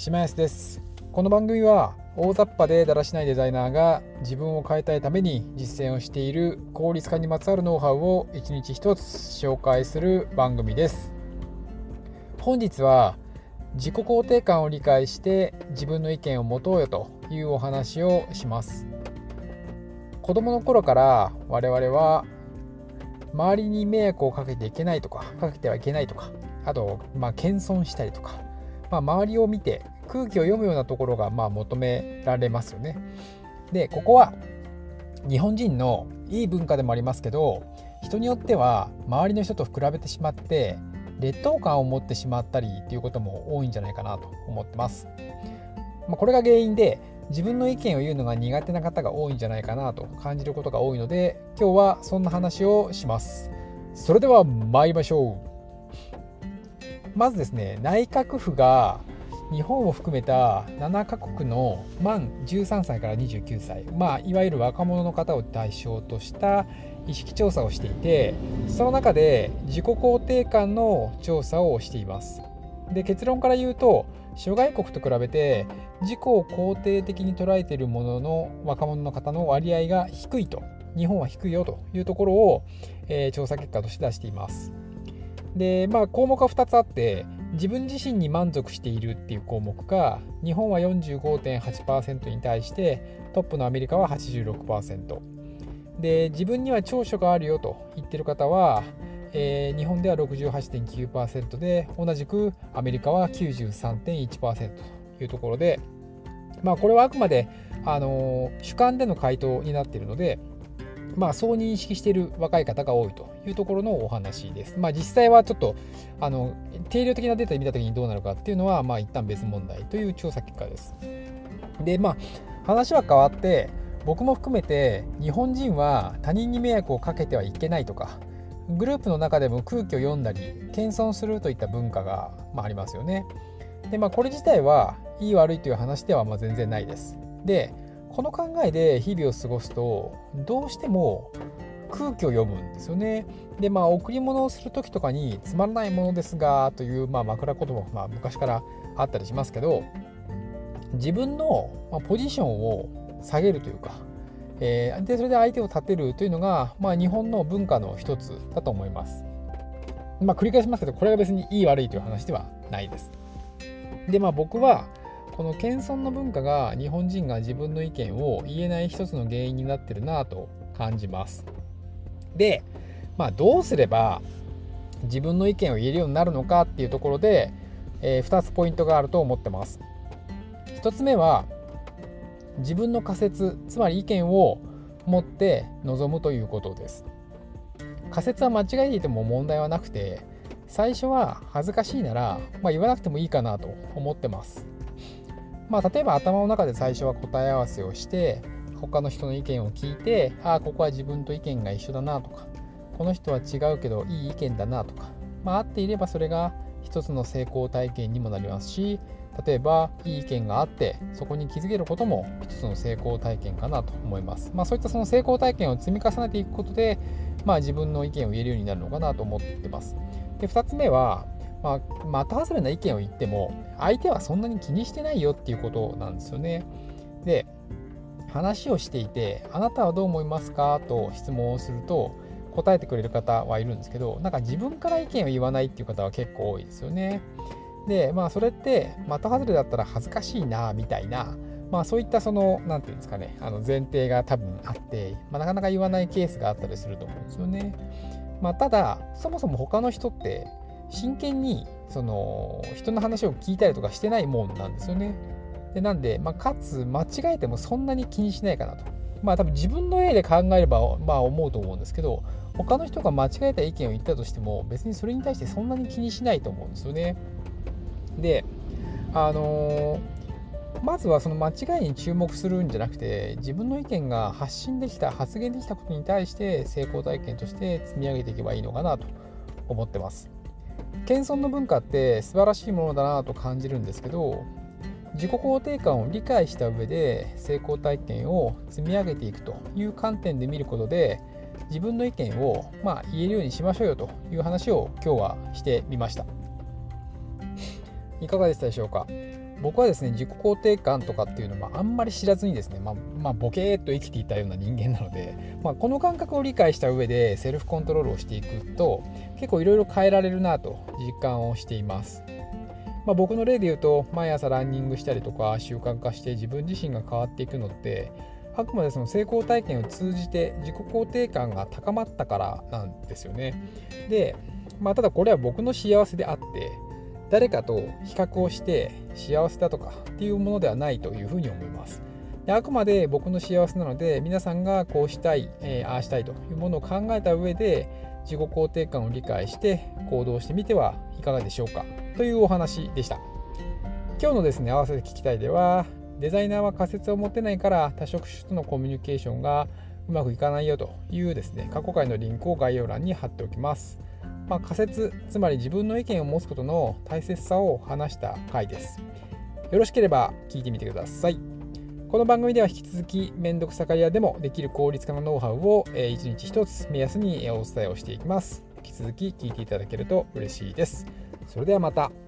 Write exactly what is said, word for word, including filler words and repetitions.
島安です。この番組は大雑把でだらしないデザイナーが自分を変えたいために実践をしている効率化にまつわるノウハウを一日一つ紹介する番組です。本日は自己肯定感を理解して自分の意見を持とうよというお話をします。子供の頃から我々は周りに迷惑をかけていけないとかかけてはいけないとか、あとまあ謙遜したりとか、まあ、周りを見て空気を読むようなところがまあ求められますよね。で、ここは日本人のいい文化でもありますけど、人によっては周りの人と比べてしまって劣等感を持ってしまったりっていうことも多いんじゃないかなと思ってます。まあ、これが原因で自分の意見を言うのが苦手な方が多いんじゃないかなと感じることが多いので、今日はそんな話をします。それでは参りましょう。まずですね、内閣府が日本を含めたななカ国の満じゅうさんさいからにじゅうきゅうさい、まあ、いわゆる若者の方を対象とした意識調査をしていて、その中で自己肯定感の調査をしています。で、結論から言うと、諸外国と比べて自己を肯定的に捉えているものの若者の方の割合が低いと、日本は低いよというところを、えー、調査結果として出しています。で、まあ、項目はふたつあって、自分自身に満足しているっていう項目が日本は よんじゅうごてんはちパーセント に対してトップのアメリカは はちじゅうろくパーセント で、自分には長所があるよと言ってる方は、えー、日本では ろくじゅうはちてんきゅうパーセント で、同じくアメリカは きゅうじゅうさんてんいちパーセント というところで、まあ、これはあくまで、あのー、主観での回答になっているので、まあ、そう認識している若い方が多いというところのお話です。まあ、実際はちょっとあの定量的なデータで見たときにどうなるかっていうのは、まあ、一旦別問題という調査結果です。で、まあ、話は変わって、僕も含めて日本人は他人に迷惑をかけてはいけないとか、グループの中でも空気を読んだり謙遜するといった文化が、まあ、ありますよね。で、まあ、これ自体はいい悪いという話ではまあ全然ないです。で、この考えで日々を過ごすとどうしても空気を読むんですよね。で、まあ、贈り物をする時とかにつまらないものですがという、まあ、枕言葉もまあ昔からあったりしますけど、自分のポジションを下げるというか、えー、でそれで相手を立てるというのが、まあ、日本の文化の一つだと思います。まあ、繰り返しますけど、これが別にいい悪いという話ではないです。で、まあ、僕はこの謙遜の文化が日本人が自分の意見を言えない一つの原因になってるなと感じます。で、まあ、どうすれば自分の意見を言えるようになるのかっていうところで、えー、ふたつポイントがあると思ってます。ひとつめは自分の仮説、つまり意見を持って臨むということです。仮説は間違えていても問題はなくて、最初は恥ずかしいなら、まあ、言わなくてもいいかなと思ってます。まあ、例えば頭の中で最初は答え合わせをして他の人の意見を聞いて、ああここは自分と意見が一緒だなとか、この人は違うけどいい意見だなとか、まあ、あっていればそれが一つの成功体験にもなりますし、例えばいい意見があってそこに気づけることも一つの成功体験かなと思います。まあ、そういったその成功体験を積み重ねていくことで、まあ、自分の意見を言えるようになるのかなと思ってます。で、ふたつめは、まあ、的外れな意見を言っても相手はそんなに気にしてないよっていうことなんですよね。で、話をしていてあなたはどう思いますかと質問をすると答えてくれる方はいるんですけど、なんか自分から意見を言わないっていう方は結構多いですよね。で、まあそれって的外れだったら恥ずかしいなみたいな、まあそういったそのなんていうんですかね、あの前提が多分あって、まあ、なかなか言わないケースがあったりすると思うんですよね。まあ、ただそもそも他の人って真剣にその人の話を聞いたりとかしてないもんなんですよね。で、なんで、まあ、かつ間違えてもそんなに気にしないかなと。まあ多分自分の例で考えればまあ思うと思うんですけど、他の人が間違えた意見を言ったとしても別にそれに対してそんなに気にしないと思うんですよね。で、あのー、まずはその間違いに注目するんじゃなくて、自分の意見が発信できた、発言できたことに対して成功体験として積み上げていけばいいのかなと思ってます。謙遜の文化って素晴らしいものだなと感じるんですけど、自己肯定感を理解した上で成功体験を積み上げていくという観点で見ることで、自分の意見をまあ言えるようにしましょうよという話を今日はしてみました。いかがでしたでしょうか。 僕はですね、自己肯定感とかっていうのはあんまり知らずにですね、まあ、まあ、ボケーっと生きていたような人間なので、まあ、この感覚を理解した上でセルフコントロールをしていくと結構いろいろ変えられるなと実感をしています。まあ、僕の例で言うと、毎朝ランニングしたりとか習慣化して自分自身が変わっていくのって、あくまでその成功体験を通じて自己肯定感が高まったからなんですよね。で、まあ、ただこれは僕の幸せであって、誰かと比較をして幸せだとかっていうものではないというふうに思います。で、あくまで僕の幸せなので、皆さんがこうしたい、えー、ああしたいというものを考えた上で自己肯定感を理解して行動してみてはいかがでしょうかというお話でした。今日のですね、合わせて聞きたいでは、デザイナーは仮説を持てないから多職種とのコミュニケーションがうまくいかないよというですね、過去回のリンクを概要欄に貼っておきます。まあ、仮説、つまり自分の意見を持つことの大切さを話した回です。よろしければ聞いてみてください。この番組では引き続きめんどくさがり屋でもできる効率化のノウハウをいちにちひとつ目安にお伝えをしていきます。引き続き聞いていただけると嬉しいです。それではまた。